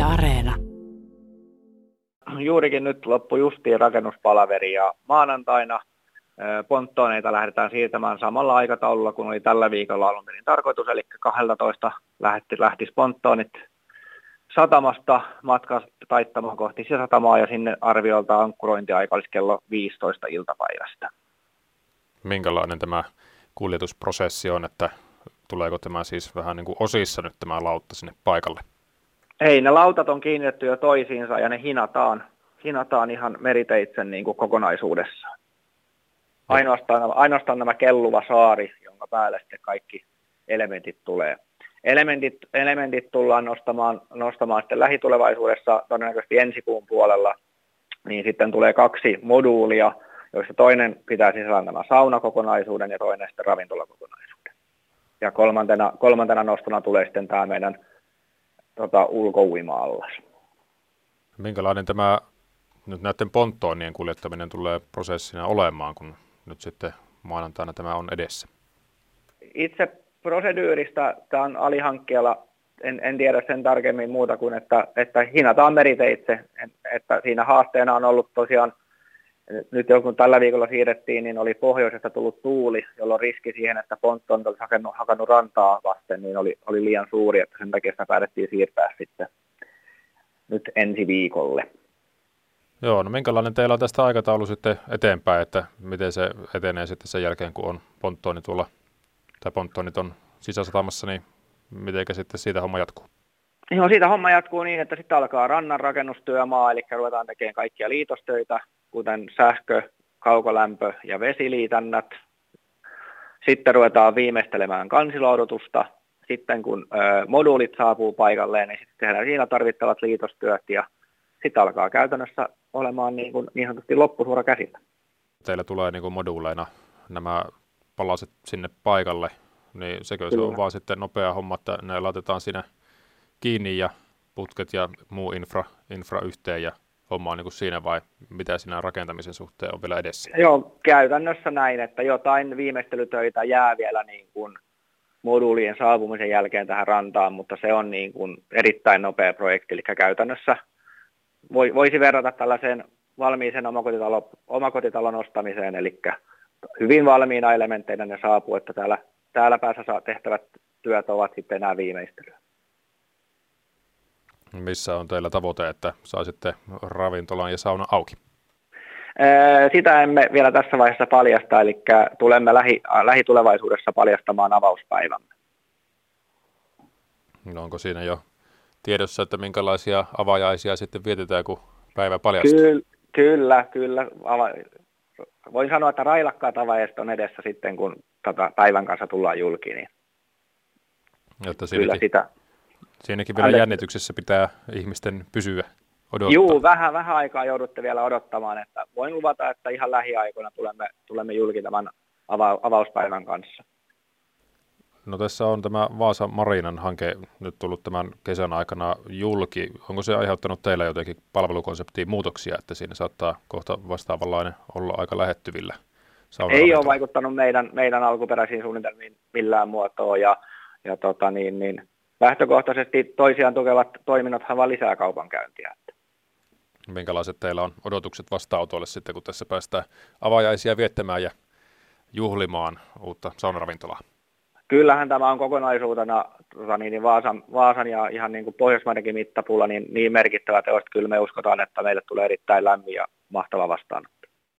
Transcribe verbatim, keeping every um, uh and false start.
Areena. Juurikin nyt loppui justiin rakennuspalaveri ja maanantaina ponttooneita lähdetään siirtämään samalla aikataululla kuin oli tällä viikolla alun perin tarkoitus, eli kaksitoista lähti, lähti ponttoonit satamasta matkasta taittamaan kohti sisäsatamaa ja sinne arviolta ankkurointiaika olisi kello viisitoista iltapäivästä. Minkälainen tämä kuljetusprosessi on, että tuleeko tämä siis vähän niin kuin osissa nyt tämä lautta sinne paikalle? Ei, ne lautat on kiinnitetty jo toisiinsa ja ne hinataan, hinataan ihan meriteitsen niin kuin kokonaisuudessaan. Ainoastaan, ainoastaan nämä kelluva saari, jonka päälle sitten kaikki elementit tulee. Elementit, elementit tullaan nostamaan, nostamaan sitten lähitulevaisuudessa todennäköisesti ensi kuun puolella, niin sitten tulee kaksi moduulia, joista toinen pitää sisällään tämän saunakokonaisuuden ja toinen sitten ravintolakokonaisuuden. Ja kolmantena, kolmantena nostona tulee sitten tämä meidän tota, ulkouima-allas. Minkälainen tämä nyt näiden ponttoonien kuljettaminen tulee prosessina olemaan, kun nyt sitten maanantaina tämä on edessä? Itse proseduurista tämä on alihankkijalla, en, en tiedä sen tarkemmin muuta kuin, että, että hinataan meriteitse, että siinä haasteena on ollut tosiaan, nyt kun tällä viikolla siirrettiin, niin oli pohjoisesta tullut tuuli, jolloin riski siihen, että ponttoon olisi hakannut, hakannut rantaa vasten, niin oli, oli liian suuri, että sen takia sitä päätettiin siirtää sitten nyt ensi viikolle. Joo, no minkälainen teillä on tästä aikataulu sitten eteenpäin, että miten se etenee sitten sen jälkeen, kun on ponttooni tuolla, tai ponttoonit on sisäsatamassa, niin miten sitten siitä homma jatkuu? Joo, siitä homma jatkuu niin, että sitten alkaa rannan rakennustyömaa, eli ruvetaan tekemään kaikkia liitostöitä, kuten sähkö, kaukolämpö ja vesiliitännät. Sitten ruvetaan viimeistelemään kansiloudutusta. Sitten kun ö, moduulit saapuu paikalleen, niin sitten tehdään siinä tarvittavat liitostyöt ja sitten alkaa käytännössä olemaan niin, kuin niin sanotusti loppusuora käsillä. Teillä tulee niin kuin moduuleina nämä palaset sinne paikalle, niin sekö se on vaan sitten nopea homma, että ne laitetaan siinä kiinni ja putket ja muu infra, infra yhteen ja homma on niin kuin siinä, vai mitä siinä rakentamisen suhteen on vielä edessä? Joo, käytännössä näin, että jotain viimeistelytöitä jää vielä niin kuin moduulien saapumisen jälkeen tähän rantaan, mutta se on niin kuin erittäin nopea projekti, eli käytännössä voisi verrata tällaiseen valmiiseen omakotitalon, omakotitalon ostamiseen, eli hyvin valmiina elementteinä ne saapuu, että täällä, täällä päässä tehtävät työt ovat sitten enää viimeistelyä. Missä on teillä tavoite, että saisitte ravintolan ja sauna auki? Sitä emme vielä tässä vaiheessa paljasta, eli tulemme lähi, lähitulevaisuudessa paljastamaan avauspäivämme. No onko siinä jo tiedossa, että minkälaisia avajaisia sitten vietetään, kun päivä paljastuu? Ky- kyllä, kyllä. Voin sanoa, että railakkaat avajaiset on edessä sitten, kun tota päivän kanssa tullaan julki. Niin Jotta siinäkin, kyllä sitä. Siinäkin vielä Älä... jännityksessä pitää ihmisten pysyä odottaa. Juu, vähän, vähän aikaa joudutte vielä odottamaan, että voin luvata, että ihan lähiaikoina tulemme, tulemme julki tämän ava- avauspäivän kanssa. No tässä on tämä Vaasa Marinan hanke nyt tullut tämän kesän aikana julki. Onko se aiheuttanut teillä jotenkin palvelukonseptiin muutoksia, että siinä saattaa kohta vastaavanlainen olla aika lähettyvillä? Ei ole vaikuttanut meidän, meidän alkuperäisiin suunnitelmiin millään muotoa ja, ja tota niin, niin, lähtökohtaisesti toisiaan tukevat toiminnothan vaan lisää kaupankäyntiä. Minkälaiset teillä on odotukset vastaanotolle sitten, kun tässä päästään avajaisia viettämään ja juhlimaan uutta saunaravintolaa? Kyllähän tämä on kokonaisuutena tota niin, Vaasan, Vaasan ja ihan niin kuin Pohjoismaidenkin mittapuulla niin, niin merkittävä teos, että kyllä me uskotaan, että meille tulee erittäin lämmin ja mahtava vastaan.